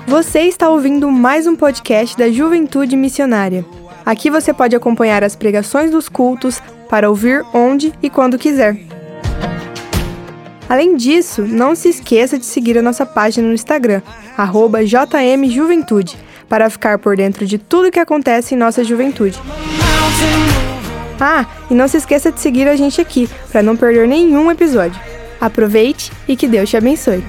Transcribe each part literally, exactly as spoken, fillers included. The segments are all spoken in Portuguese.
Você está ouvindo mais um podcast da Juventude Missionária. Aqui você pode acompanhar as pregações dos cultos para ouvir onde e quando quiser. Além disso, não se esqueça de seguir a nossa página no Instagram, arroba J M Juventude, para ficar por dentro de tudo que acontece em nossa juventude. Ah, e não se esqueça de seguir a gente aqui, para não perder nenhum episódio. Aproveite e que Deus te abençoe.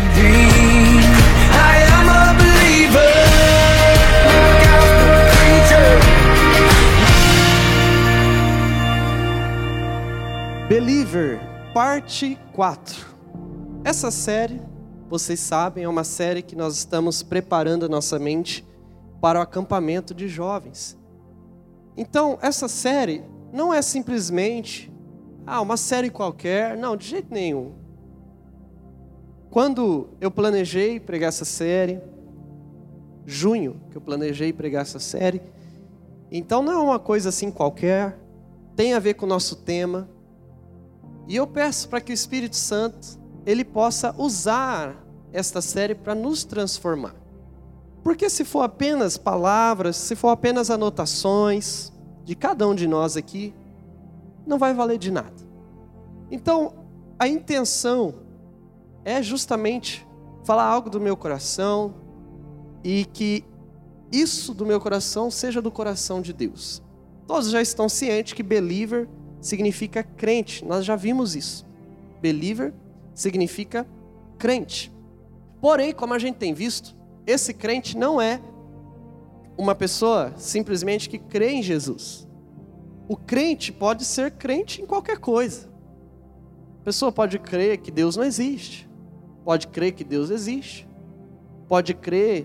Believer, parte quatro. Essa série, vocês sabem, é uma série que nós estamos preparando a nossa mente para o acampamento de jovens. Então, essa série não é simplesmente ah, uma série qualquer, não, de jeito nenhum. Quando eu planejei pregar essa série, junho que eu planejei pregar essa série, então não é uma coisa assim qualquer, tem a ver com o nosso tema. E eu peço para que o Espírito Santo, ele possa usar esta série para nos transformar. Porque se for apenas palavras, se for apenas anotações de cada um de nós aqui, não vai valer de nada. Então, a intenção é justamente falar algo do meu coração e que isso do meu coração seja do coração de Deus. Todos já estão cientes que believer significa crente, nós já vimos isso. Believer significa crente. Porém, como a gente tem visto, esse crente não é uma pessoa simplesmente que crê em Jesus. O crente pode ser crente em qualquer coisa. A pessoa pode crer que Deus não existe, pode crer que Deus existe, pode crer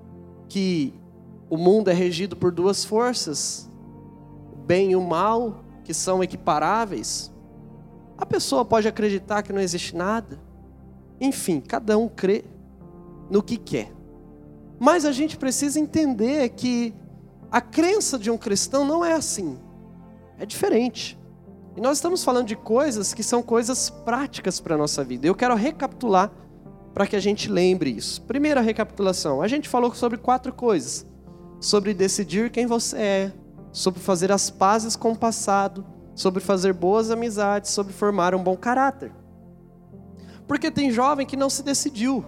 que o mundo é regido por duas forças, o bem e o mal, que são equiparáveis. A pessoa pode acreditar que não existe nada. Enfim, cada um crê no que quer. Mas a gente precisa entender que a crença de um cristão não é assim. É diferente. E nós estamos falando de coisas que são coisas práticas para a nossa vida. Eu quero recapitular para que a gente lembre isso. Primeira recapitulação. A gente falou sobre quatro coisas. Sobre decidir quem você é, sobre fazer as pazes com o passado, sobre fazer boas amizades, sobre formar um bom caráter. Porque tem jovem que não se decidiu.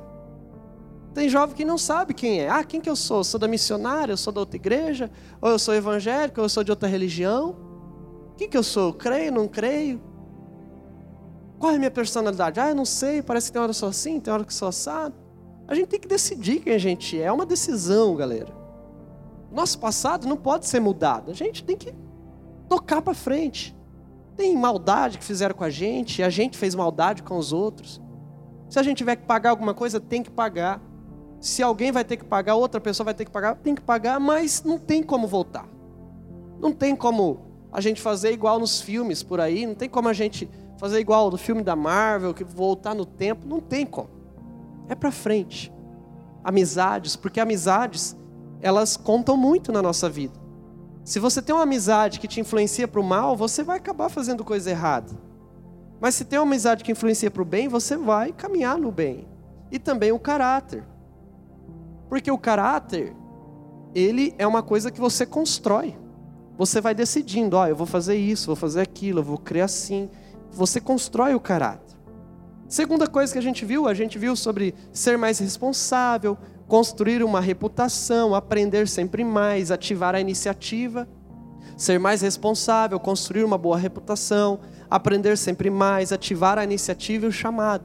Tem jovem que não sabe quem é. Ah, quem que eu sou? Eu sou da missionária, eu sou da outra igreja, ou eu sou evangélico, ou eu sou de outra religião. Quem que eu sou? Eu creio, não creio? Qual é a minha personalidade? Ah, eu não sei, parece que tem hora que eu sou assim, tem hora que eu sou assado. A gente tem que decidir quem a gente é. É uma decisão, galera. Nosso passado não pode ser mudado. A gente tem que tocar para frente. Tem maldade que fizeram com a gente, e a gente fez maldade com os outros. Se a gente tiver que pagar alguma coisa, tem que pagar. Se alguém vai ter que pagar, outra pessoa vai ter que pagar, tem que pagar, mas não tem como voltar. Não tem como a gente fazer igual nos filmes por aí, não tem como a gente fazer igual no filme da Marvel, que voltar no tempo, não tem como. É para frente. Amizades, porque amizades, elas contam muito na nossa vida. Se você tem uma amizade que te influencia para o mal, você vai acabar fazendo coisa errada. Mas se tem uma amizade que influencia para o bem, você vai caminhar no bem. E também o caráter. Porque o caráter, ele é uma coisa que você constrói. Você vai decidindo, ó, eu vou fazer isso, vou fazer aquilo, eu vou crer assim. Você constrói o caráter. Segunda coisa que a gente viu, a gente viu sobre ser mais responsável, construir uma reputação, aprender sempre mais, ativar a iniciativa, ser mais responsável, construir uma boa reputação, aprender sempre mais, ativar a iniciativa e o chamado.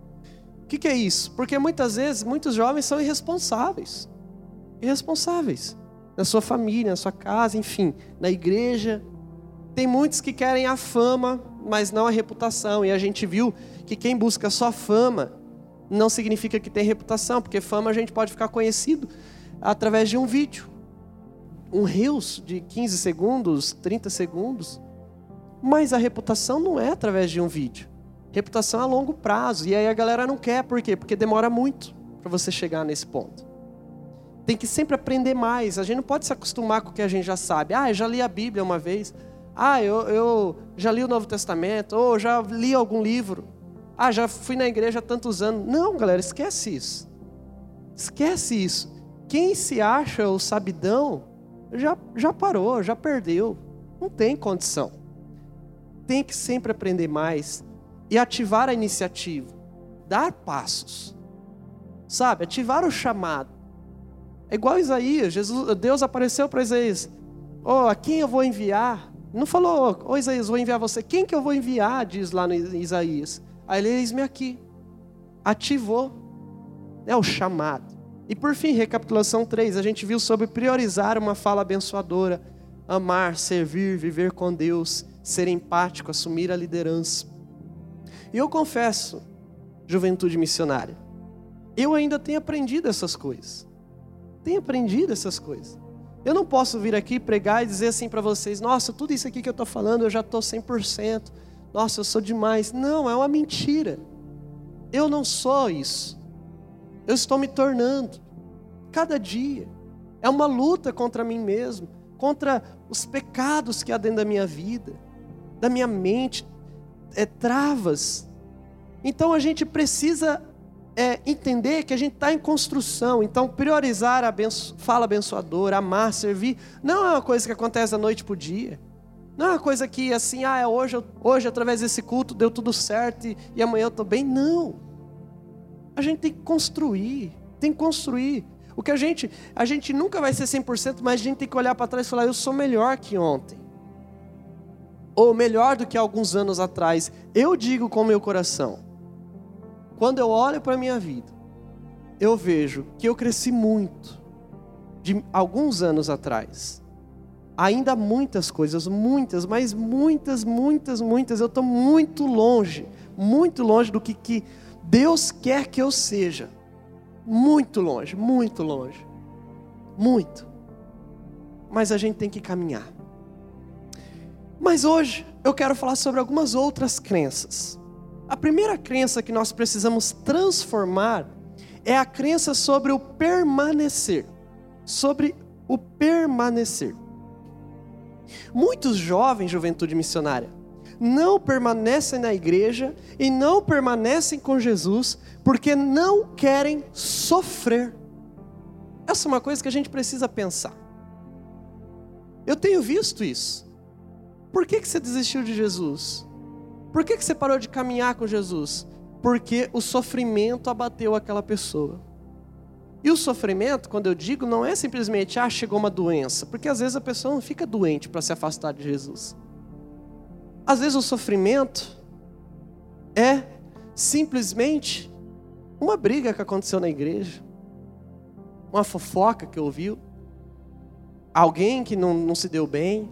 O que, que é isso? Porque muitas vezes, muitos jovens são irresponsáveis. Irresponsáveis. Na sua família, na sua casa, enfim, na igreja. Tem muitos que querem a fama, mas não a reputação. E a gente viu que quem busca só fama não significa que tem reputação, porque fama a gente pode ficar conhecido através de um vídeo. Um reels de quinze segundos, trinta segundos. Mas a reputação não é através de um vídeo. Reputação é a longo prazo. E aí a galera não quer, por quê? Porque demora muito para você chegar nesse ponto. Tem que sempre aprender mais. A gente não pode se acostumar com o que a gente já sabe. Ah, eu já li a Bíblia uma vez. Ah, eu, eu já li o Novo Testamento. Ou já li algum livro. Ah, já fui na igreja há tantos anos. Não, galera, esquece isso. Esquece isso. Quem se acha o sabidão, já, já parou, já perdeu. Não tem condição. Tem que sempre aprender mais e ativar a iniciativa. Dar passos. Sabe, ativar o chamado. É igual Isaías. Jesus, Deus apareceu para Isaías. Oh, a quem eu vou enviar? Não falou, ô oh, Isaías, vou enviar você. Quem que eu vou enviar? Diz lá no Isaías. Aí ele, eis-me aqui. Ativou. É o chamado. E por fim, recapitulação três, a gente viu sobre priorizar uma fala abençoadora. Amar, servir, viver com Deus, ser empático, assumir a liderança. E eu confesso, juventude missionária, eu ainda tenho aprendido essas coisas. Tenho aprendido essas coisas. Eu não posso vir aqui pregar e dizer assim para vocês, nossa, tudo isso aqui que eu estou falando, eu já estou cem por cento. Nossa, eu sou demais. Não, é uma mentira. Eu não sou isso. Eu estou me tornando. Cada dia. É uma luta contra mim mesmo. Contra os pecados que há dentro da minha vida. Da minha mente. É, travas. Então a gente precisa é, entender que a gente está em construção. Então priorizar a abenço, fala abençoadora, amar, servir, não é uma coisa que acontece da noite para o dia. Não é uma coisa que assim, ah, hoje, hoje através desse culto deu tudo certo e, e amanhã eu estou bem. Não. A gente tem que construir. Tem que construir. O que a gente, a gente nunca vai ser cem por cento, mas a gente tem que olhar para trás e falar, eu sou melhor que ontem. Ou melhor do que alguns anos atrás. Eu digo com o meu coração. Quando eu olho para a minha vida, eu vejo que eu cresci muito. De alguns anos atrás. Ainda muitas coisas, muitas, mas muitas, muitas, muitas. Eu estou muito longe, muito longe do que, que Deus quer que eu seja. Muito longe, muito longe. Muito. Mas a gente tem que caminhar. Mas hoje eu quero falar sobre algumas outras crenças. A primeira crença que nós precisamos transformar é a crença sobre o permanecer. Sobre o permanecer. Muitos jovens, juventude missionária, não permanecem na igreja e não permanecem com Jesus porque não querem sofrer. Essa é uma coisa que a gente precisa pensar. Eu tenho visto isso. Por que que você desistiu de Jesus? Por que que você parou de caminhar com Jesus? Porque o sofrimento abateu aquela pessoa. E o sofrimento, quando eu digo, não é simplesmente, ah, chegou uma doença. Porque às vezes a pessoa não fica doente para se afastar de Jesus. Às vezes o sofrimento é simplesmente uma briga que aconteceu na igreja. Uma fofoca que ouviu. Alguém que não, não se deu bem.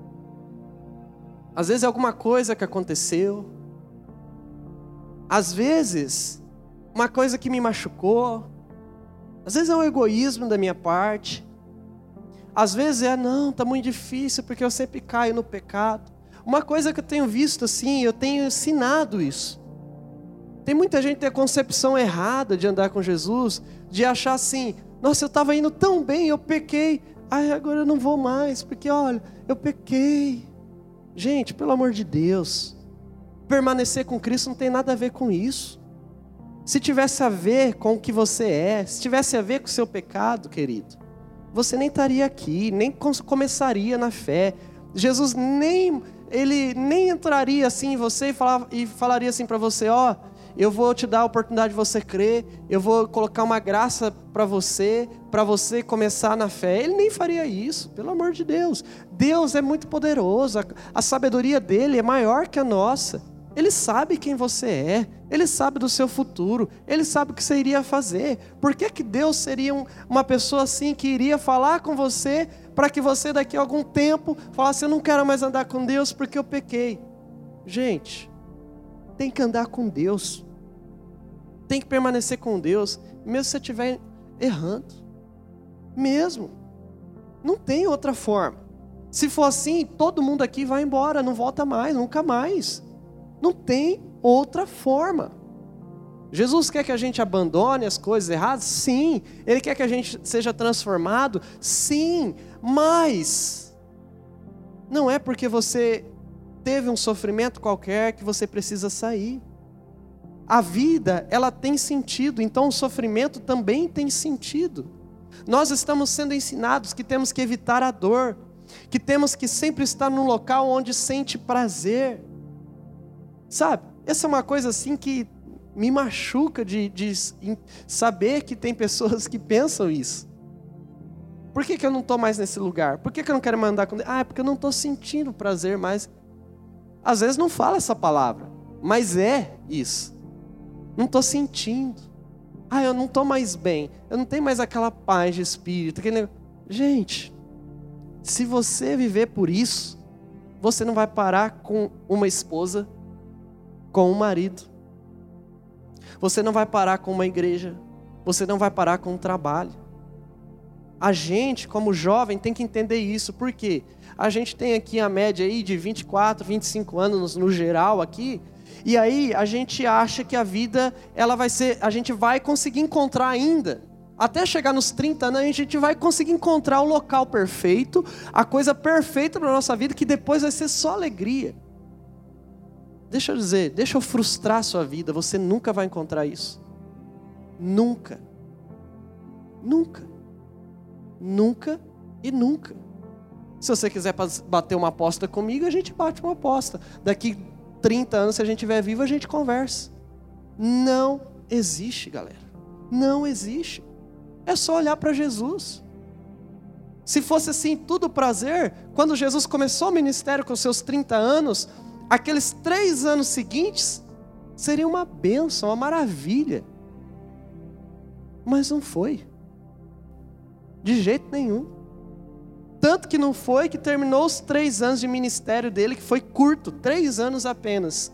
Às vezes é alguma coisa que aconteceu. Às vezes, uma coisa que me machucou. Às vezes é um egoísmo da minha parte. Às vezes é, não, está muito difícil porque eu sempre caio no pecado. Uma coisa que eu tenho visto assim, eu tenho ensinado isso. Tem muita gente que tem a concepção errada de andar com Jesus, de achar assim, nossa, eu estava indo tão bem, eu pequei. Ai, agora eu não vou mais, porque olha, eu pequei. Gente, pelo amor de Deus, permanecer com Cristo não tem nada a ver com isso. Se tivesse a ver com o que você é, se tivesse a ver com o seu pecado, querido, você nem estaria aqui, nem começaria na fé. Jesus nem, ele nem entraria assim em você e, falava, e falaria assim para você, ó, oh, eu vou te dar a oportunidade de você crer, eu vou colocar uma graça para você, para você começar na fé. Ele nem faria isso, pelo amor de Deus. Deus é muito poderoso, a, a sabedoria dele é maior que a nossa. Ele sabe quem você é, Ele sabe do seu futuro, Ele sabe o que você iria fazer. Por que que Deus seria um, uma pessoa assim que iria falar com você para que você daqui a algum tempo falasse, eu não quero mais andar com Deus porque eu pequei? Gente, tem que andar com Deus, tem que permanecer com Deus, mesmo se você estiver errando, mesmo, não tem outra forma. Se for assim, todo mundo aqui vai embora, não volta mais, nunca mais. Não tem outra forma. Jesus quer que a gente abandone as coisas erradas? Sim. Ele quer que a gente seja transformado? Sim. Mas não é porque você teve um sofrimento qualquer que você precisa sair. A vida, ela tem sentido, então o sofrimento também tem sentido. Nós estamos sendo ensinados que temos que evitar a dor, que temos que sempre estar num local onde sente prazer. Sabe, essa é uma coisa assim que me machuca de, de saber que tem pessoas que pensam isso. Por que que eu não estou mais nesse lugar? Por que que eu não quero mais andar com Deus? Ah, é porque eu não estou sentindo prazer mais. Às vezes não fala essa palavra, mas é isso. Não estou sentindo. Ah, eu não estou mais bem. Eu não tenho mais aquela paz de espírito. Aquele... Gente, se você viver por isso, você não vai parar com uma esposa, com um marido. Você não vai parar com uma igreja. Você não vai parar com um trabalho. A gente, como jovem, tem que entender isso. Por quê? A gente tem aqui a média aí de vinte e quatro, vinte e cinco anos no geral aqui. E aí a gente acha que a vida, ela vai ser, a gente vai conseguir encontrar ainda. Até chegar nos trinta anos, a gente vai conseguir encontrar o local perfeito, a coisa perfeita para a nossa vida, que depois vai ser só alegria. Deixa eu dizer, deixa eu frustrar a sua vida, você nunca vai encontrar isso. Nunca. Nunca. Nunca e nunca. Se você quiser bater uma aposta comigo, a gente bate uma aposta. Daqui trinta anos, se a gente estiver vivo, a gente conversa. Não existe, galera. Não existe. É só olhar para Jesus. Se fosse assim, tudo prazer, quando Jesus começou o ministério com seus trinta anos, aqueles três anos seguintes, seria uma bênção, uma maravilha. Mas não foi. De jeito nenhum. Tanto que não foi que terminou os três anos de ministério dele, que foi curto, três anos apenas.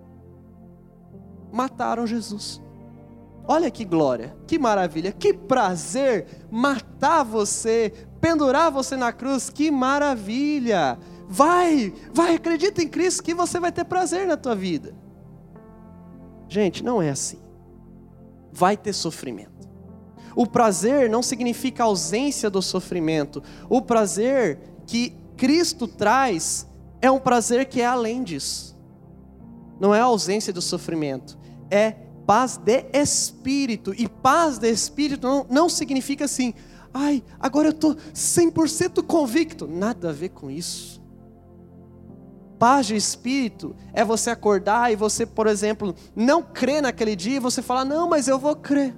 Mataram Jesus. Olha que glória, que maravilha, que prazer matar você, pendurar você na cruz, que maravilha. Vai, vai, acredita em Cristo que você vai ter prazer na tua vida. Gente, não é assim. Vai ter sofrimento. O prazer não significa ausência do sofrimento. O prazer que Cristo traz é um prazer que é além disso. Não é a ausência do sofrimento, é paz de espírito. E paz de espírito não, não significa assim, ai, agora eu estou cem por cento convicto. Nada a ver com isso. Paz de espírito é você acordar e você, por exemplo, não crer naquele dia e você falar, não, mas eu vou crer.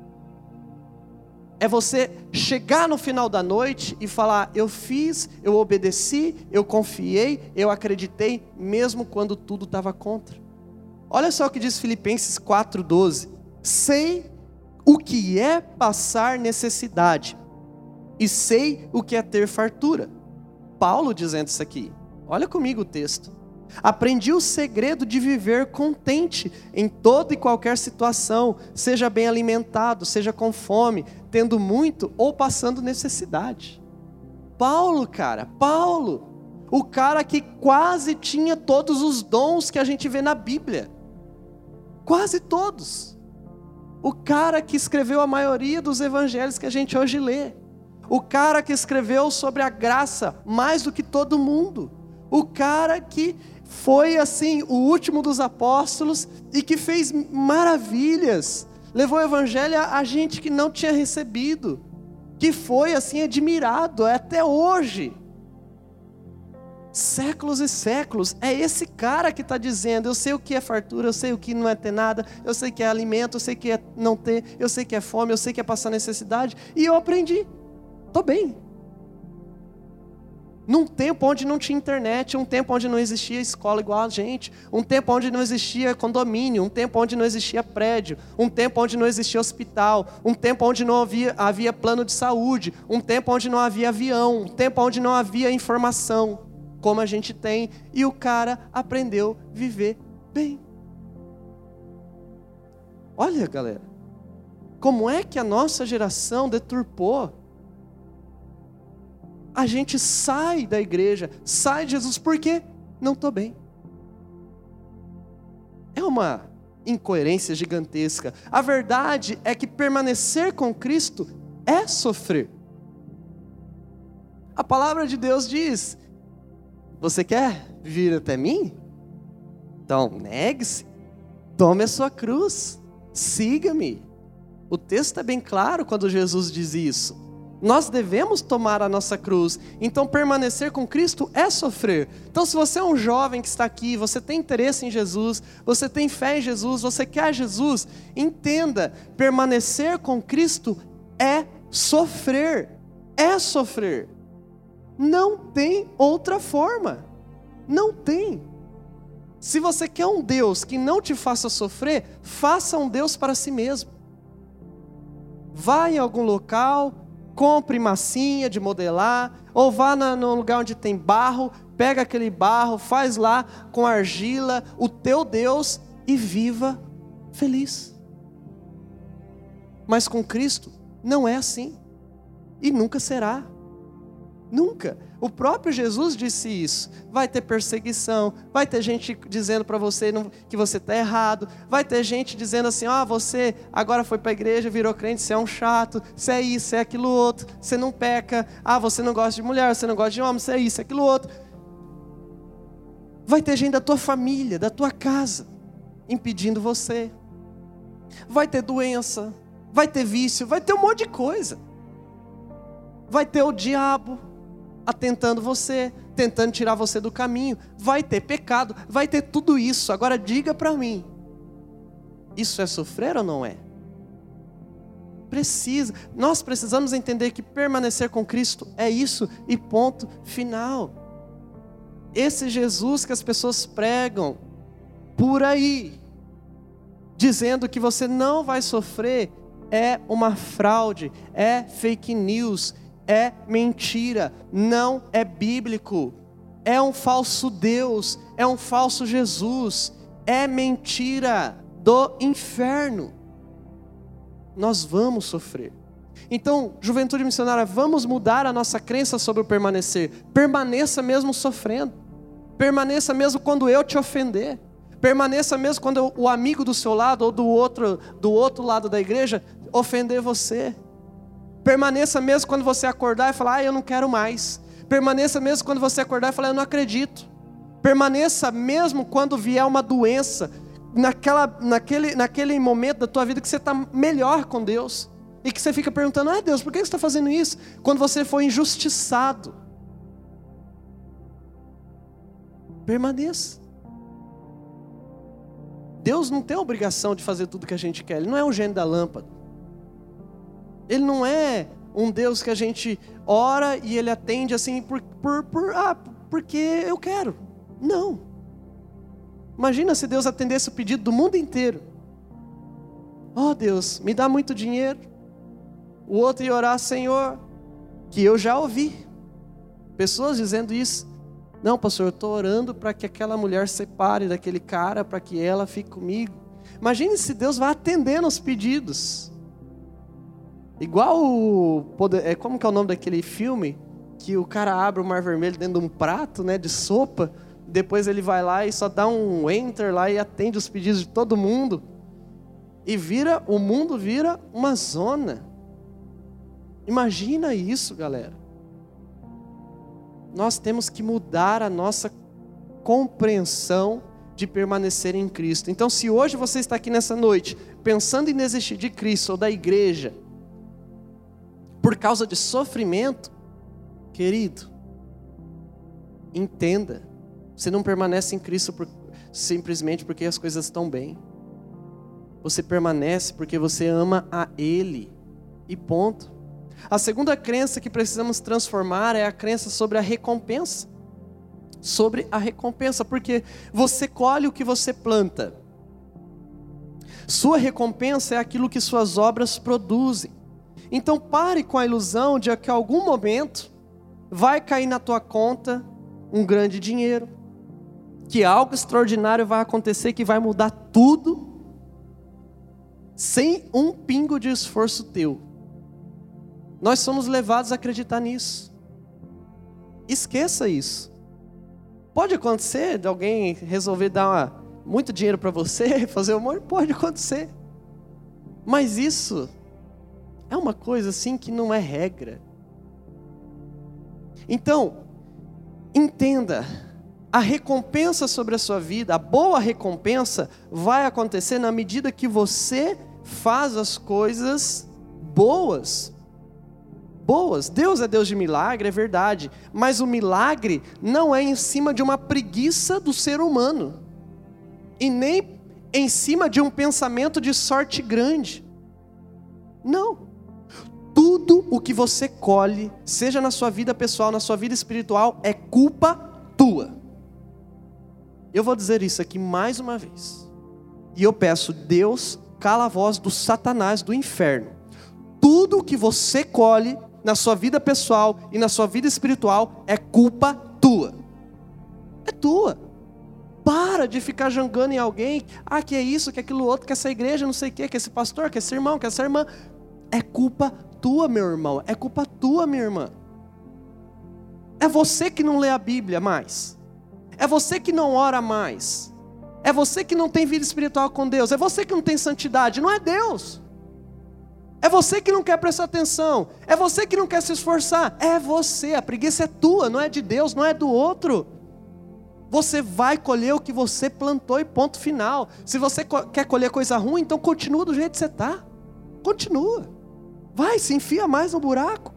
É você chegar no final da noite e falar, eu fiz, eu obedeci, eu confiei, eu acreditei, mesmo quando tudo estava contra. Olha só o que diz Filipenses quatro, doze. Sei o que é passar necessidade e sei o que é ter fartura. Paulo dizendo isso aqui. Olha comigo o texto. Aprendi o segredo de viver contente em toda e qualquer situação, seja bem alimentado, seja com fome, tendo muito ou passando necessidade. Paulo, cara, Paulo, o cara que quase tinha todos os dons que a gente vê na Bíblia. Quase todos. O cara que escreveu a maioria dos evangelhos que a gente hoje lê. O cara que escreveu sobre a graça mais do que todo mundo. O cara que foi assim, o último dos apóstolos e que fez maravilhas. Levou o evangelho a gente que não tinha recebido. Que foi assim admirado até hoje. Séculos e séculos. É esse cara que está dizendo, eu sei o que é fartura, eu sei o que não é ter nada, eu sei que é alimento, eu sei que é não ter, eu sei que é fome, eu sei que é passar necessidade. E eu aprendi. Estou bem. Num tempo onde não tinha internet, um tempo onde não existia escola igual a gente, um tempo onde não existia condomínio, um tempo onde não existia prédio, um tempo onde não existia hospital, um tempo onde não havia, havia plano de saúde, um tempo onde não havia avião, um tempo onde não havia informação, como a gente tem, e o cara aprendeu a viver bem. Olha, galera, como é que a nossa geração deturpou? A gente sai da igreja, sai de Jesus, por quê? Não estou bem. É uma incoerência gigantesca. A verdade é que permanecer com Cristo é sofrer. A palavra de Deus diz, você quer vir até mim? Então negue-se, Tome a sua cruz, siga-me. O texto é bem claro quando Jesus diz isso. Nós devemos tomar a nossa cruz. Então permanecer com Cristo é sofrer. Então se você é um jovem que está aqui, você tem interesse em Jesus, você tem fé em Jesus, você quer Jesus, entenda, permanecer com Cristo é sofrer. É sofrer. Não tem outra forma. Não tem. Se você quer um Deus que não te faça sofrer, faça um Deus para si mesmo. Vá em algum local, compre massinha de modelar, ou vá na, no lugar onde tem barro, pega aquele barro, faz lá com argila o teu Deus e viva feliz. Mas com Cristo não é assim. E nunca será. Nunca. O próprio Jesus disse isso. Vai ter perseguição, vai ter gente dizendo para você que você está errado, vai ter gente dizendo assim, ah, você agora foi para a igreja, virou crente, você é um chato, você é isso, você é aquilo outro, você não peca, ah, você não gosta de mulher, você não gosta de homem, você é isso, é aquilo outro. Vai ter gente da tua família, da tua casa, impedindo você. Vai ter doença, vai ter vício, vai ter um monte de coisa. Vai ter o diabo atentando você, tentando tirar você do caminho. Vai ter pecado, vai ter tudo isso. Agora diga para mim, isso é sofrer ou não é? Precisa. Nós precisamos entender que permanecer com Cristo é isso e ponto final. Esse Jesus que as pessoas pregam por aí, dizendo que você não vai sofrer, é uma fraude, é fake news, é mentira, não é bíblico, é um falso Deus, é um falso Jesus, é mentira do inferno. Nós vamos sofrer. Então, juventude missionária, vamos mudar a nossa crença sobre o permanecer. Permaneça mesmo sofrendo, permaneça mesmo quando eu te ofender, permaneça mesmo quando o amigo do seu lado ou do outro, do outro lado da igreja ofender você. Permaneça mesmo quando você acordar e falar, ah, eu não quero mais. Permaneça mesmo quando você acordar e falar, eu não acredito. Permaneça mesmo quando vier uma doença, naquela, naquele, naquele momento da tua vida que você está melhor com Deus. E que você fica perguntando, ah Deus, por que você está fazendo isso? Quando você foi injustiçado. Permaneça. Deus não tem a obrigação de fazer tudo que a gente quer. Ele não é um gênio da lâmpada. Ele não é um Deus que a gente ora e Ele atende assim por, por, por, ah, porque eu quero. Não. Imagina se Deus atendesse o pedido do mundo inteiro. Oh Deus, me dá muito dinheiro. O outro ia orar, Senhor, que eu já ouvi pessoas dizendo isso. Não, pastor, eu estou orando para que aquela mulher separe daquele cara, para que ela fique comigo. Imagine se Deus vai atendendo os pedidos. Igual o poder, é, como que é o nome daquele filme? Que o cara abre o mar vermelho dentro de um prato, né, de sopa. Depois ele vai lá e só dá um enter lá e atende os pedidos de todo mundo. E vira, o mundo vira uma zona. Imagina isso, galera. Nós temos que mudar a nossa compreensão de permanecer em Cristo. Então, se hoje você está aqui nessa noite, pensando em desistir de Cristo ou da igreja, por causa de sofrimento, querido, entenda, você não permanece em Cristo por, simplesmente porque as coisas estão bem. Você permanece porque você ama a Ele, e ponto. A segunda crença que precisamos transformar é a crença sobre a recompensa. Sobre a recompensa, porque você colhe o que você planta. Sua recompensa é aquilo que suas obras produzem. Então pare com a ilusão de que em algum momento vai cair na tua conta um grande dinheiro, que algo extraordinário vai acontecer, que vai mudar tudo, sem um pingo de esforço teu. Nós somos levados a acreditar nisso. Esqueça isso. Pode acontecer de alguém resolver dar uma, muito dinheiro para você, fazer amor? Pode acontecer. Mas isso é uma coisa assim que não é regra. Então, entenda, a recompensa sobre a sua vida, a boa recompensa, vai acontecer na medida que você faz as coisas boas. Boas. Deus é Deus de milagre, é verdade. Mas o milagre não é em cima de uma preguiça do ser humano. E nem em cima de um pensamento de sorte grande. Não. Tudo o que você colhe, seja na sua vida pessoal, na sua vida espiritual, é culpa tua. Eu vou dizer isso aqui mais uma vez. E eu peço, Deus, cala a voz do Satanás do inferno. Tudo o que você colhe na sua vida pessoal e na sua vida espiritual é culpa tua. É tua. Para de ficar jangando em alguém. Ah, que é isso, que é aquilo outro, que essa igreja, não sei o que, que esse pastor, que esse irmão, que essa irmã. É culpa tua, meu irmão. É culpa tua, minha irmã. É você que não lê a Bíblia mais. É você que não ora mais. É você que não tem vida espiritual com Deus. É você que não tem santidade. Não é Deus. É você que não quer prestar atenção. É você que não quer se esforçar. É você. A preguiça é tua, não é de Deus, não é do outro. Você vai colher o que você plantou e ponto final. Se você quer colher coisa ruim, então continua do jeito que você está. Continua. Vai, se enfia mais no buraco.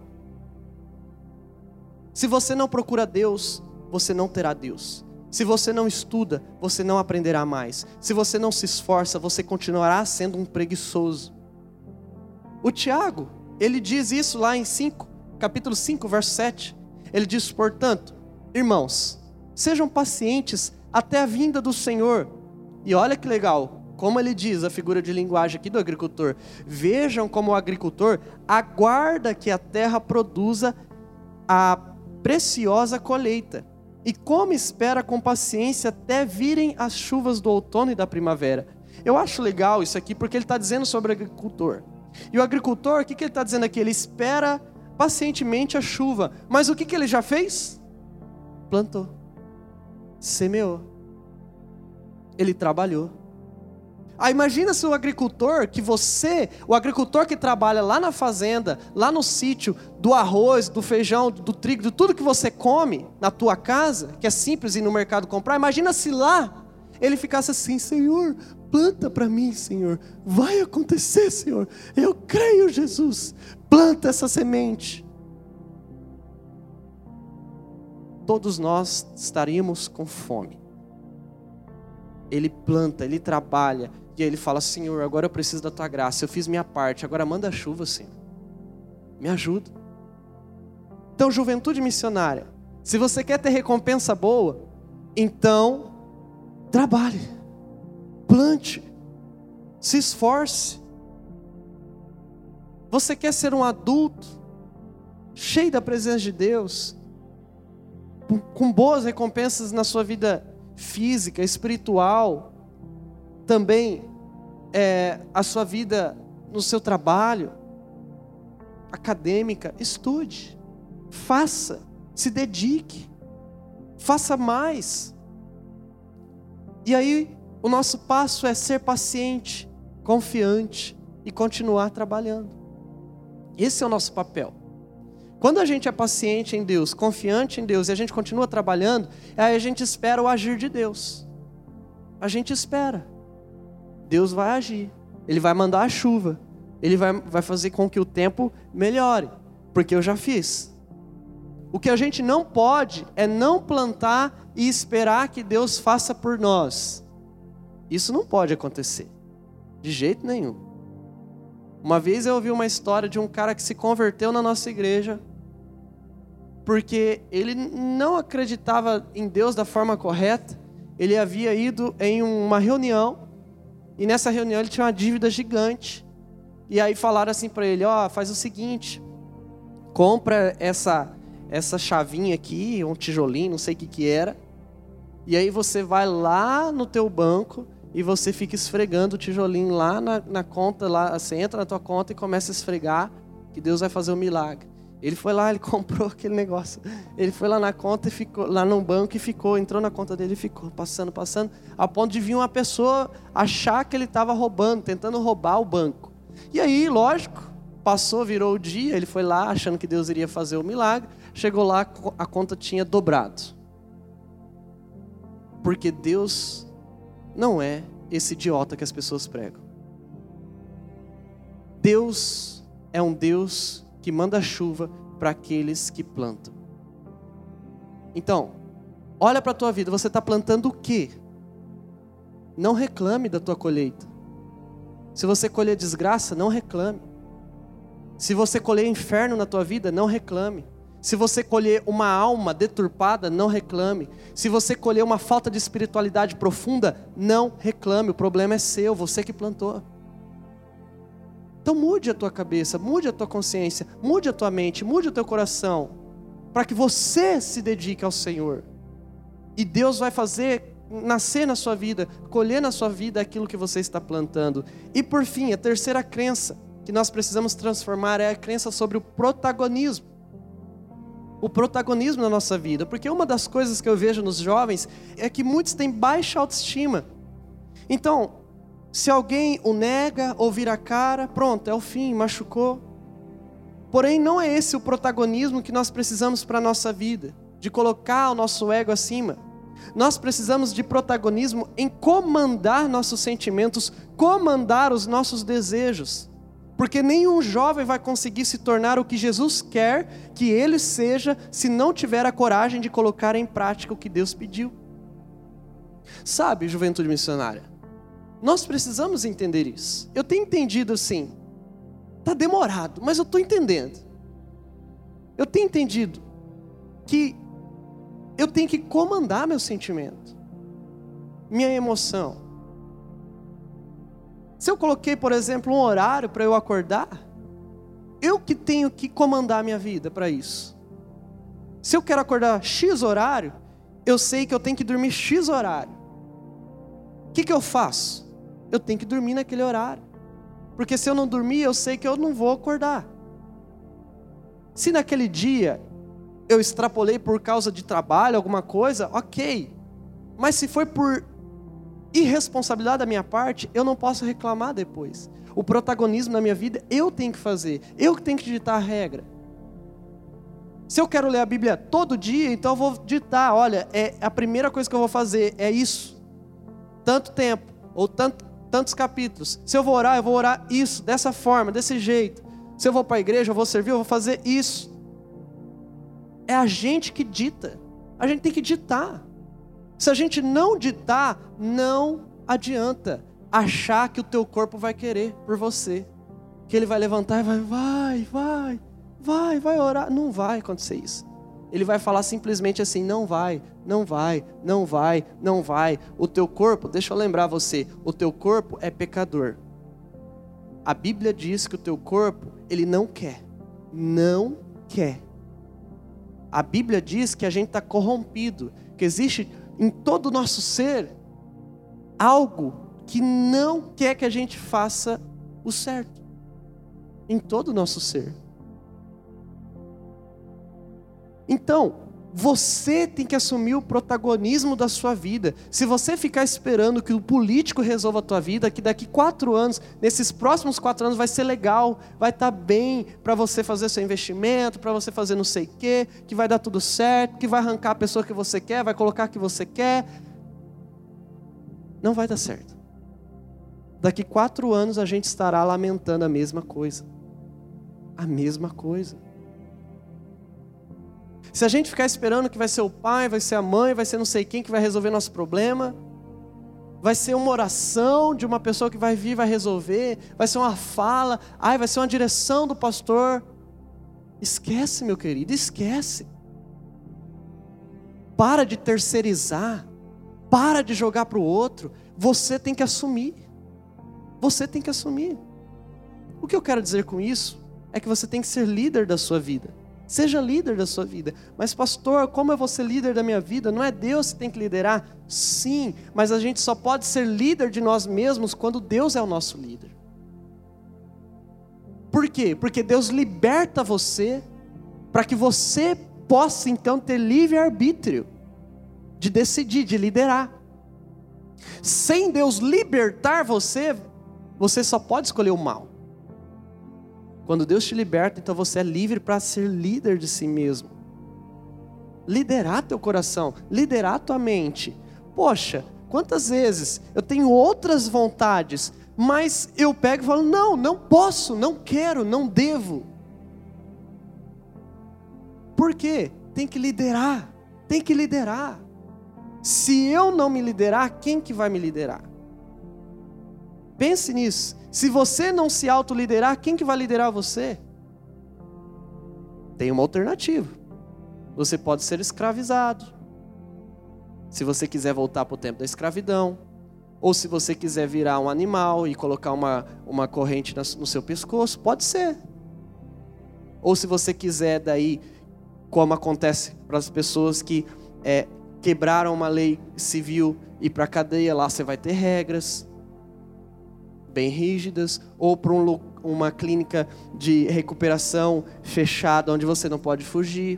Se você não procura Deus, você não terá Deus. Se você não estuda, você não aprenderá mais. Se você não se esforça, você continuará sendo um preguiçoso. O Tiago, ele diz isso lá em cinco, capítulo cinco, verso sete. Ele diz, portanto, irmãos, sejam pacientes até a vinda do Senhor. E olha que legal, como ele diz a figura de linguagem aqui do agricultor. Vejam como o agricultor aguarda que a terra produza a preciosa colheita. E como espera com paciência até virem as chuvas do outono e da primavera. Eu acho legal isso aqui porque ele está dizendo sobre o agricultor. E o agricultor, o que, que ele está dizendo aqui? Ele espera pacientemente a chuva. Mas o que, que ele já fez? Plantou. Semeou. Ele trabalhou. Ah, imagina se o agricultor, que você, o agricultor que trabalha lá na fazenda, lá no sítio, do arroz, do feijão, do trigo, de tudo que você come na tua casa, que é simples ir no mercado comprar, imagina se lá ele ficasse assim, Senhor, planta para mim, Senhor, vai acontecer, Senhor, eu creio, Jesus, planta essa semente. Todos nós estaríamos com fome. Ele planta, ele trabalha, e aí ele fala, Senhor, agora eu preciso da tua graça, eu fiz minha parte, agora manda a chuva, Senhor, me ajuda. Então, juventude missionária, se você quer ter recompensa boa, então, trabalhe, plante, se esforce. Você quer ser um adulto, cheio da presença de Deus, com boas recompensas na sua vida física, espiritual, também é, a sua vida no seu trabalho, acadêmica, estude, faça, se dedique, faça mais. E aí o nosso passo é ser paciente, confiante e continuar trabalhando. Esse é o nosso papel. Quando a gente é paciente em Deus, confiante em Deus e a gente continua trabalhando, aí a gente espera o agir de Deus. A gente espera. Deus vai agir. Ele vai mandar a chuva. Ele vai, vai fazer com que o tempo melhore. Porque eu já fiz. O que a gente não pode é não plantar e esperar que Deus faça por nós. Isso não pode acontecer. De jeito nenhum. Uma vez eu ouvi uma história de um cara que se converteu na nossa igreja porque ele não acreditava em Deus da forma correta. Ele havia ido em uma reunião e nessa reunião ele tinha uma dívida gigante. E aí falaram assim para ele, ó, oh, faz o seguinte, compra essa, essa chavinha aqui, um tijolinho, não sei o que que era, e aí você vai lá no teu banco e você fica esfregando o tijolinho lá na, na conta, lá, você entra na tua conta e começa a esfregar, que Deus vai fazer um milagre. Ele foi lá, ele comprou aquele negócio, ele foi lá na conta e ficou, lá no banco e ficou, entrou na conta dele e ficou, passando, passando, ao ponto de vir uma pessoa achar que ele estava roubando, tentando roubar o banco. E aí, lógico, passou, virou o dia, ele foi lá achando que Deus iria fazer o milagre, chegou lá, a conta tinha dobrado. Porque Deus não é esse idiota que as pessoas pregam. Deus é um Deus que manda chuva para aqueles que plantam. Então, olha para a tua vida, você está plantando o quê? Não reclame da tua colheita. Se você colher desgraça, não reclame. Se você colher inferno na tua vida, não reclame. Se você colher uma alma deturpada, não reclame. Se você colher uma falta de espiritualidade profunda, não reclame. O problema é seu, você que plantou. Então mude a tua cabeça, mude a tua consciência, mude a tua mente, mude o teu coração, para que você se dedique ao Senhor. E Deus vai fazer nascer na sua vida, colher na sua vida aquilo que você está plantando. E por fim, a terceira crença que nós precisamos transformar é a crença sobre o protagonismo. O protagonismo na nossa vida. Porque uma das coisas que eu vejo nos jovens é que muitos têm baixa autoestima. Então, se alguém o nega ou vira a cara, pronto, é o fim, machucou. Porém, não é esse o protagonismo que nós precisamos para a nossa vida, de colocar o nosso ego acima. Nós precisamos de protagonismo em comandar nossos sentimentos, comandar os nossos desejos. Porque nenhum jovem vai conseguir se tornar o que Jesus quer que ele seja, se não tiver a coragem de colocar em prática o que Deus pediu. Sabe, juventude missionária, nós precisamos entender isso. Eu tenho entendido assim, está demorado, mas eu estou entendendo. Eu tenho entendido que eu tenho que comandar meu sentimento, minha emoção. Se eu coloquei, por exemplo, um horário para eu acordar, eu que tenho que comandar minha vida para isso. Se eu quero acordar X horário, eu sei que eu tenho que dormir X horário. O que que eu faço? Eu tenho que dormir naquele horário. Porque se eu não dormir, eu sei que eu não vou acordar. Se naquele dia eu extrapolei por causa de trabalho, alguma coisa, ok. Mas se foi por irresponsabilidade da minha parte, eu não posso reclamar depois. O protagonismo na minha vida, eu tenho que fazer. Eu que tenho que ditar a regra. Se eu quero ler a Bíblia todo dia, então eu vou ditar, olha, é a primeira coisa que eu vou fazer é isso. Tanto tempo, ou tanto, tantos capítulos. Se eu vou orar, eu vou orar isso, dessa forma, desse jeito. Se eu vou para a igreja, eu vou servir, eu vou fazer isso. É a gente que dita. A gente tem que ditar. Se a gente não ditar, não adianta achar que o teu corpo vai querer por você. Que ele vai levantar e vai, vai, vai, vai, vai orar. Não vai acontecer isso. Ele vai falar simplesmente assim, não vai, não vai, não vai, não vai. O teu corpo, deixa eu lembrar você, o teu corpo é pecador. A Bíblia diz que o teu corpo, ele não quer, não quer. A Bíblia diz que a gente está corrompido, que existe em todo o nosso ser algo que não quer que a gente faça o certo. Em todo o nosso ser. Então, você tem que assumir o protagonismo da sua vida. Se você ficar esperando que o político resolva a tua vida, que daqui quatro anos, nesses próximos quatro anos vai ser legal, vai estar bem para você fazer seu investimento, para você fazer não sei o quê, que vai dar tudo certo, que vai arrancar a pessoa que você quer, vai colocar o que você quer. Não vai dar certo. Daqui quatro anos a gente estará lamentando a mesma coisa. A mesma coisa. Se a gente ficar esperando que vai ser o pai, vai ser a mãe, vai ser não sei quem que vai resolver nosso problema, vai ser uma oração de uma pessoa que vai vir, vai resolver, vai ser uma fala, ai, vai ser uma direção do pastor. Esquece, meu querido, esquece. Para de terceirizar, para de jogar para o outro. Você tem que assumir. Você tem que assumir. O que eu quero dizer com isso é que você tem que ser líder da sua vida. Seja líder da sua vida. Mas pastor, como eu vou ser líder da minha vida? Não é Deus que tem que liderar? Sim, mas a gente só pode ser líder de nós mesmos quando Deus é o nosso líder. Por quê? Porque Deus liberta você para que você possa então ter livre-arbítrio de decidir, de liderar. Sem Deus libertar você, você só pode escolher o mal. Quando Deus te liberta, então você é livre para ser líder de si mesmo. Liderar teu coração, liderar tua mente. Poxa, quantas vezes eu tenho outras vontades, mas eu pego e falo, não, não posso, não quero, não devo. Por quê? Tem que liderar, tem que liderar. Se eu não me liderar, quem que vai me liderar? Pense nisso. Se você não se autoliderar, quem que vai liderar você? Tem uma alternativa. Você pode ser escravizado. Se você quiser voltar para o tempo da escravidão. Ou se você quiser virar um animal e colocar uma, uma corrente no seu pescoço, pode ser. Ou se você quiser daí, como acontece para as pessoas que é, quebraram uma lei civil e para a cadeia, lá você vai ter regras bem rígidas, ou para um, uma clínica de recuperação fechada, onde você não pode fugir.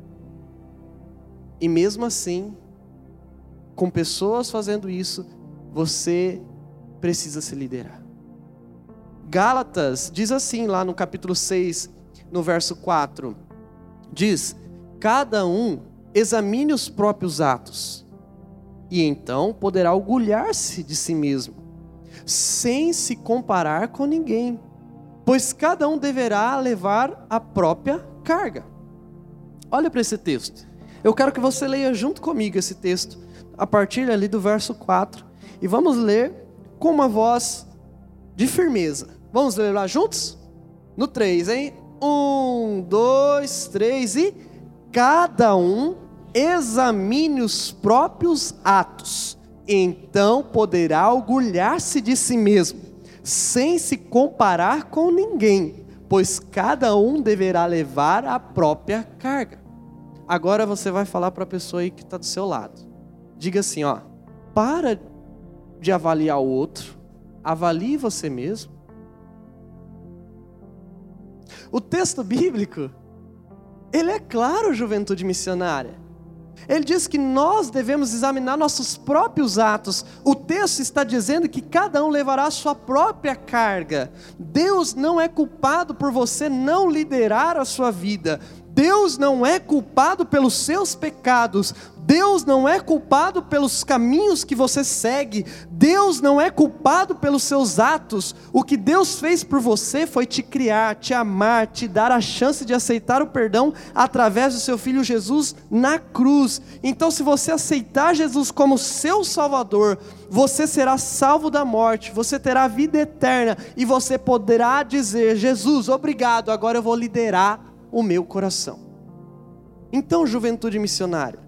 E mesmo assim, com pessoas fazendo isso, você precisa se liderar. Gálatas diz assim, lá no capítulo seis, no verso quatro, diz, cada um examine os próprios atos, e então poderá orgulhar-se de si mesmo, sem se comparar com ninguém, pois cada um deverá levar a própria carga. Olha para esse texto. Eu quero que você leia junto comigo esse texto, a partir ali do verso quatro, e vamos ler com uma voz de firmeza. Vamos ler lá juntos? No três, hein? Um, dois, três e... Cada um examine os próprios atos, então poderá orgulhar-se de si mesmo, sem se comparar com ninguém, pois cada um deverá levar a própria carga. Agora você vai falar para a pessoa aí que está do seu lado. Diga assim, ó, para de avaliar o outro, avalie você mesmo. O texto bíblico, ele é claro, juventude missionária. Ele diz que nós devemos examinar nossos próprios atos. O texto está dizendo que cada um levará a sua própria carga. Deus não é culpado por você não liderar a sua vida. Deus não é culpado pelos seus pecados. Deus não é culpado pelos caminhos que você segue. Deus não é culpado pelos seus atos. O que Deus fez por você foi te criar, te amar, te dar a chance de aceitar o perdão através do seu Filho Jesus na cruz. Então, se você aceitar Jesus como seu Salvador, você será salvo da morte, você terá vida eterna e você poderá dizer, Jesus, obrigado, agora eu vou liderar o meu coração. Então, juventude missionária,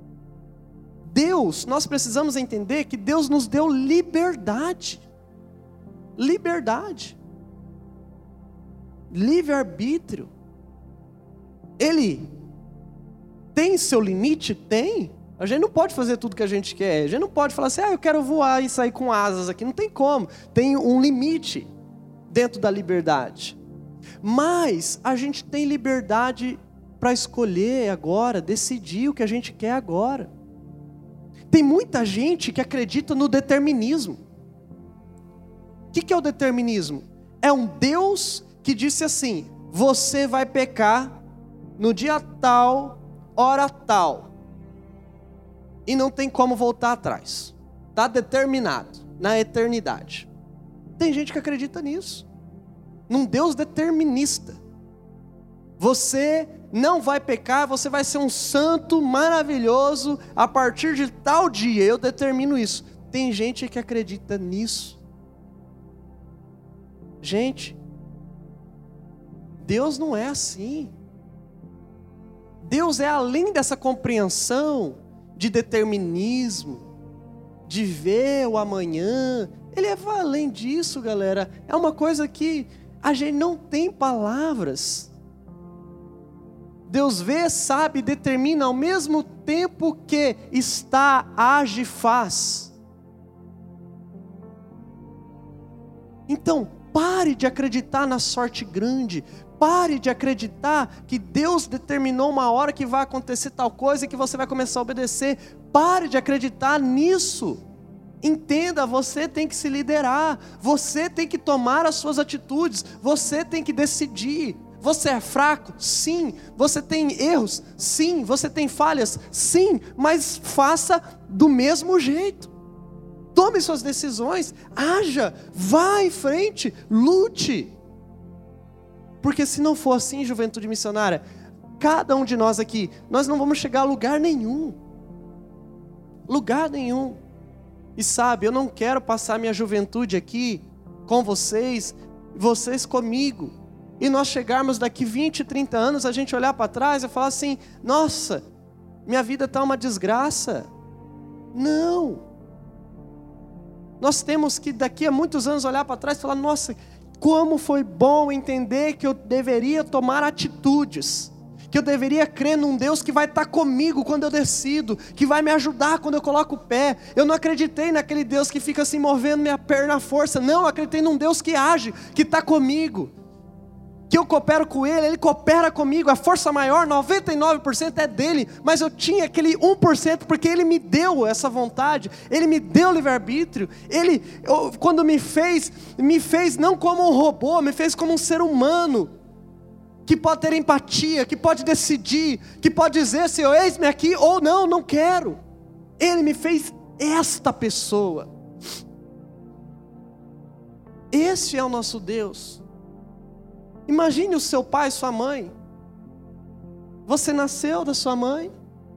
Deus, nós precisamos entender que Deus nos deu liberdade, liberdade, livre-arbítrio. Ele tem seu limite? Tem. A gente não pode fazer tudo que a gente quer, a gente não pode falar assim, ah, eu quero voar e sair com asas aqui, não tem como, tem um limite dentro da liberdade. Mas a gente tem liberdade para escolher agora, decidir o que a gente quer agora. Tem muita gente que acredita no determinismo. O que, que é o determinismo? É um Deus que disse assim, você vai pecar no dia tal, hora tal, e não tem como voltar atrás. Está determinado, na eternidade. Tem gente que acredita nisso. Num Deus determinista. Você não vai pecar, você vai ser um santo maravilhoso a partir de tal dia, eu determino isso. Tem gente que acredita nisso. Gente, Deus não é assim. Deus é além dessa compreensão de determinismo, de ver o amanhã. Ele é além disso, galera. É uma coisa que a gente não tem palavras. Deus vê, sabe, determina ao mesmo tempo que está, age e faz. Então, pare de acreditar na sorte grande. Pare de acreditar que Deus determinou uma hora que vai acontecer tal coisa e que você vai começar a obedecer. Pare de acreditar nisso. Entenda, você tem que se liderar. Você tem que tomar as suas atitudes. Você tem que decidir. Você é fraco? Sim. Você tem erros? Sim. Você tem falhas? Sim. Mas faça do mesmo jeito. Tome suas decisões, haja, vá em frente, lute. Porque se não for assim, juventude missionária, cada um de nós aqui, nós não vamos chegar a lugar nenhum. Lugar nenhum. E sabe, eu não quero passar minha juventude aqui com vocês, vocês comigo. E nós chegarmos daqui vinte, trinta anos, a gente olhar para trás e falar assim, nossa, minha vida está uma desgraça. Não. Nós temos que daqui a muitos anos olhar para trás e falar, nossa, como foi bom entender que eu deveria tomar atitudes, que eu deveria crer num Deus que vai estar comigo quando eu decido, que vai me ajudar quando eu coloco o pé. Eu não acreditei naquele Deus que fica assim movendo minha perna à força, não, eu acreditei num Deus que age, que está comigo, que eu coopero com Ele, Ele coopera comigo, a força maior, noventa e nove por cento é dEle, mas eu tinha aquele um por cento porque Ele me deu essa vontade, Ele me deu livre-arbítrio, Ele, eu, quando me fez, me fez não como um robô, me fez como um ser humano, que pode ter empatia, que pode decidir, que pode dizer, Senhor, eis-me aqui, ou não, não quero. Ele me fez esta pessoa. Esse é o nosso Deus. Imagine o seu pai, sua mãe. Você nasceu da sua mãe.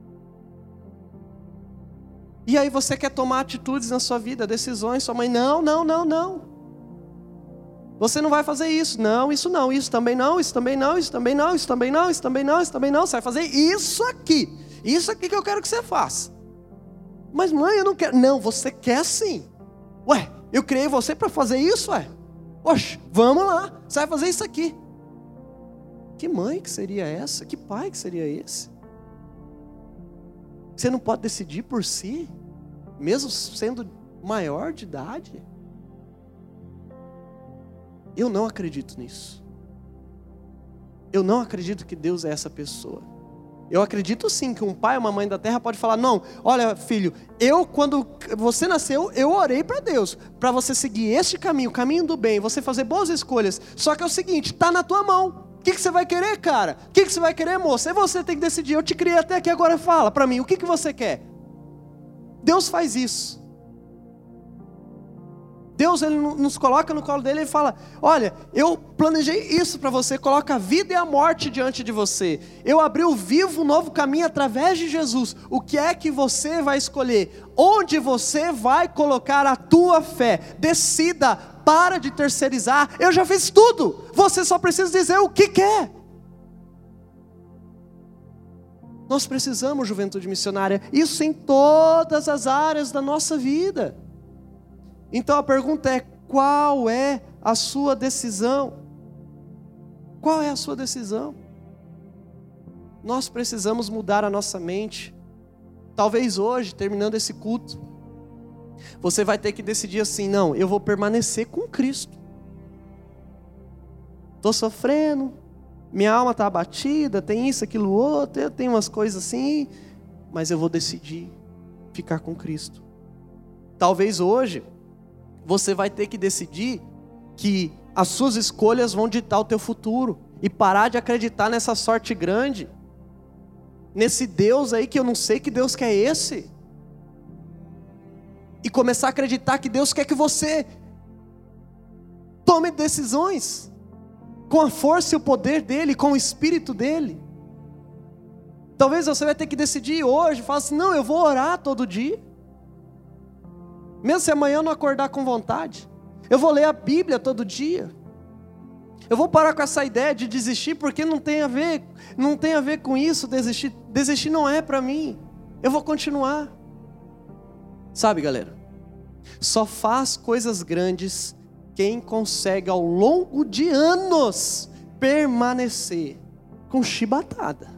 E aí você quer tomar atitudes na sua vida, decisões, sua mãe, não, não, não, não. Você não vai fazer isso, não, isso não, isso também não, isso também não, isso também não, isso também não, isso também não, isso também não. Você vai fazer isso aqui, isso aqui que eu quero que você faça. Mas mãe, eu não quero. Não, você quer sim. Ué, eu criei você para fazer isso, ué. Oxe, vamos lá, você vai fazer isso aqui. Que mãe que seria essa? Que pai que seria esse? Você não pode decidir por si, mesmo sendo maior de idade? Eu não acredito nisso. Eu não acredito que Deus é essa pessoa. Eu acredito sim que um pai ou uma mãe da terra pode falar, não, olha filho, eu quando você nasceu, eu orei para Deus, para você seguir este caminho, o caminho do bem, você fazer boas escolhas, só que é o seguinte, está na tua mão, o que, que você vai querer, cara? O que, que você vai querer, moça? É você tem que decidir, eu te criei até aqui, agora fala para mim, o que, que você quer? Deus faz isso. Deus, Ele nos coloca no colo dele e fala, olha, eu planejei isso para você, coloca a vida e a morte diante de você. Eu abri o vivo, um novo caminho através de Jesus. O que é que você vai escolher? Onde você vai colocar a tua fé? Decida, para de terceirizar. Eu já fiz tudo, você só precisa dizer o que quer. Nós precisamos, juventude missionária, isso em todas as áreas da nossa vida. Então a pergunta é, qual é a sua decisão? Qual é a sua decisão? Nós precisamos mudar a nossa mente. Talvez hoje, terminando esse culto, você vai ter que decidir assim, não, eu vou permanecer com Cristo. Estou sofrendo, minha alma está abatida, tem isso, aquilo, outro, eu tenho umas coisas assim, mas eu vou decidir ficar com Cristo. Talvez hoje, você vai ter que decidir que as suas escolhas vão ditar o teu futuro. E parar de acreditar nessa sorte grande. Nesse Deus aí que eu não sei que Deus quer esse. E começar a acreditar que Deus quer que você tome decisões. Com a força e o poder dEle, com o Espírito dEle. Talvez você vai ter que decidir hoje. Falar assim, não, eu vou orar todo dia. Mesmo se amanhã eu não acordar com vontade, eu vou ler a Bíblia todo dia. Eu vou parar com essa ideia de desistir, porque não tem a ver, não tem a ver com isso, desistir. Desistir não é para mim. Eu vou continuar. Sabe, galera? Só faz coisas grandes quem consegue ao longo de anos permanecer com chibatada.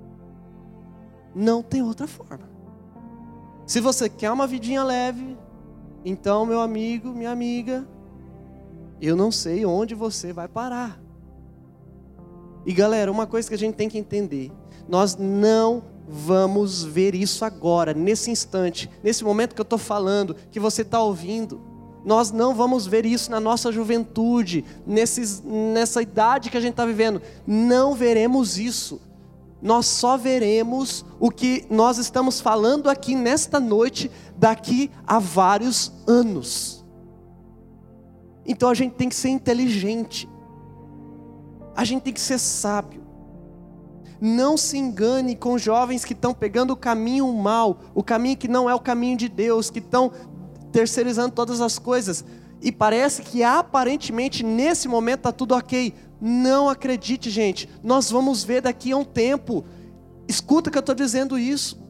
Não tem outra forma. Se você quer uma vidinha leve, então, meu amigo, minha amiga, eu não sei onde você vai parar. E galera, uma coisa que a gente tem que entender, nós não vamos ver isso agora, nesse instante, nesse momento que eu estou falando, que você está ouvindo. nós não vamos ver isso na nossa juventude, nesses, nessa idade que a gente está vivendo. Não veremos isso. Nós só veremos o que nós estamos falando aqui nesta noite, daqui a vários anos. Então a gente tem que ser inteligente, a gente tem que ser sábio. Não se engane com jovens que estão pegando o caminho mal, o caminho que não é o caminho de Deus, que estão terceirizando todas as coisas, e parece que aparentemente nesse momento está tudo ok. Não acredite, gente, nós vamos ver daqui a um tempo. Escuta que eu estou dizendo isso.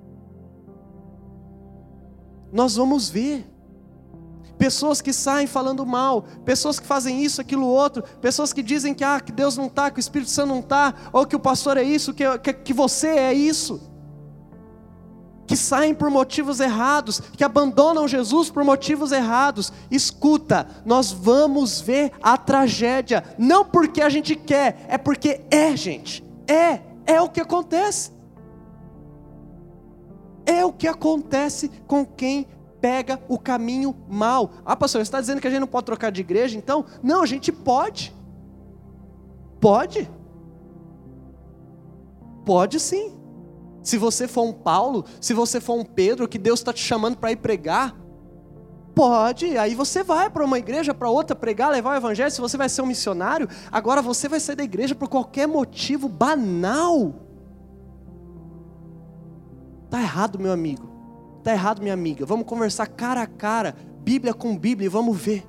Nós vamos ver pessoas que saem falando mal, pessoas que fazem isso, aquilo, outro, pessoas que dizem que, ah, que Deus não está, que o Espírito Santo não está, ou que o pastor é isso, que, que, que você é isso, que saem por motivos errados, que abandonam Jesus por motivos errados. Escuta, nós vamos ver a tragédia, não porque a gente quer, é porque é, gente, é, é o que acontece, é o que acontece com quem pega o caminho mal. Ah, pastor, você está dizendo que a gente não pode trocar de igreja, então? Não, a gente pode, pode, pode sim. Se você for um Paulo, se você for um Pedro, que Deus está te chamando para ir pregar, pode, aí você vai para uma igreja, para outra pregar, levar o evangelho. Se você vai ser um missionário, agora você vai sair da igreja por qualquer motivo banal. Está errado, meu amigo, está errado, minha amiga. Vamos conversar cara a cara, Bíblia com Bíblia, e vamos ver.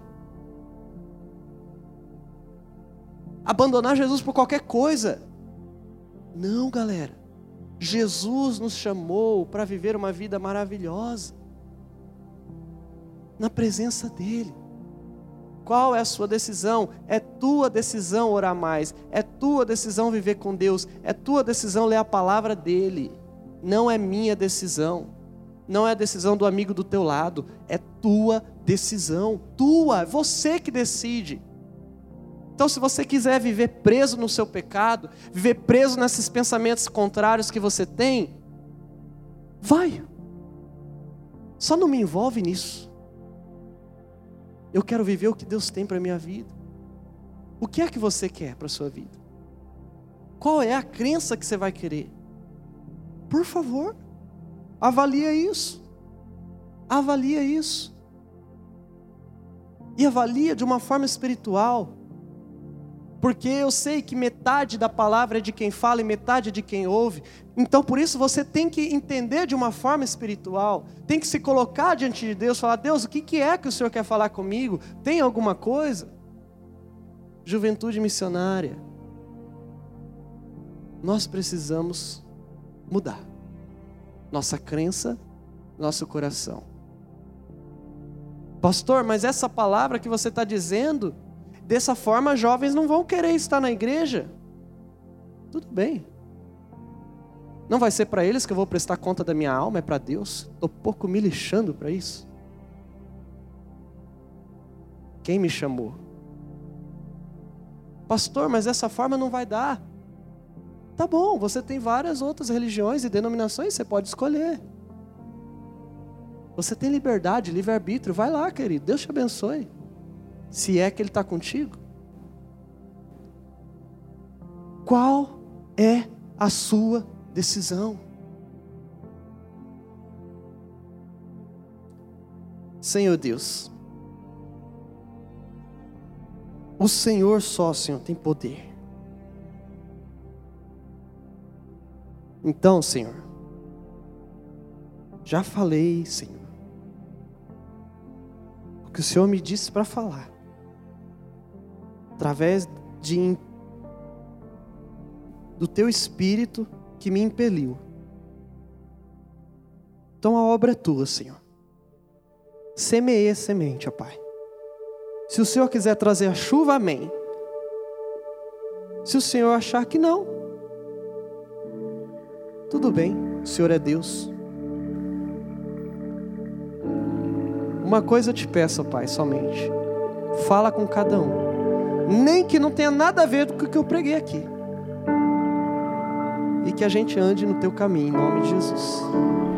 Abandonar Jesus por qualquer coisa, não, galera. Jesus nos chamou para viver uma vida maravilhosa, na presença dEle. Qual é a sua decisão? É tua decisão orar mais, é tua decisão viver com Deus, é tua decisão ler a palavra dEle. Não é minha decisão, não é a decisão do amigo do teu lado, é tua decisão, tua, é você que decide. Então, se você quiser viver preso no seu pecado, viver preso nesses pensamentos contrários que você tem, vai. Só não me envolve nisso. Eu quero viver o que Deus tem para a minha vida. O que é que você quer para a sua vida? Qual é a crença que você vai querer? Por favor, avalia isso. Avalia isso. E avalia de uma forma espiritual. Porque eu sei que metade da palavra é de quem fala e metade é de quem ouve. Então por isso você tem que entender de uma forma espiritual. Tem que se colocar diante de Deus, falar: Deus, o que é que o Senhor quer falar comigo? Tem alguma coisa? Juventude missionária, nós precisamos mudar nossa crença, nosso coração. Pastor, mas essa palavra que você está dizendo, dessa forma jovens não vão querer estar na igreja. Tudo bem. Não vai ser para eles que eu vou prestar conta da minha alma, é para Deus. Estou pouco me lixando para isso. Quem me chamou? Pastor, mas essa forma não vai dar. Tá bom, você tem várias outras religiões e denominações, você pode escolher. Você tem liberdade, livre-arbítrio, vai lá, querido, Deus te abençoe. Se é que Ele está contigo. Qual é a sua decisão? Senhor Deus, o Senhor só, Senhor, tem poder. Então, Senhor, já falei, Senhor, o que o Senhor me disse para falar, através de, do Teu Espírito que me impeliu. Então a obra é Tua, Senhor. Semeie a semente, ó Pai. Se o Senhor quiser trazer a chuva, amém. Se o Senhor achar que não, tudo bem, o Senhor é Deus. Uma coisa eu te peço, ó Pai, somente. Fala com cada um. Nem que não tenha nada a ver com o que eu preguei aqui. E que a gente ande no Teu caminho, em nome de Jesus.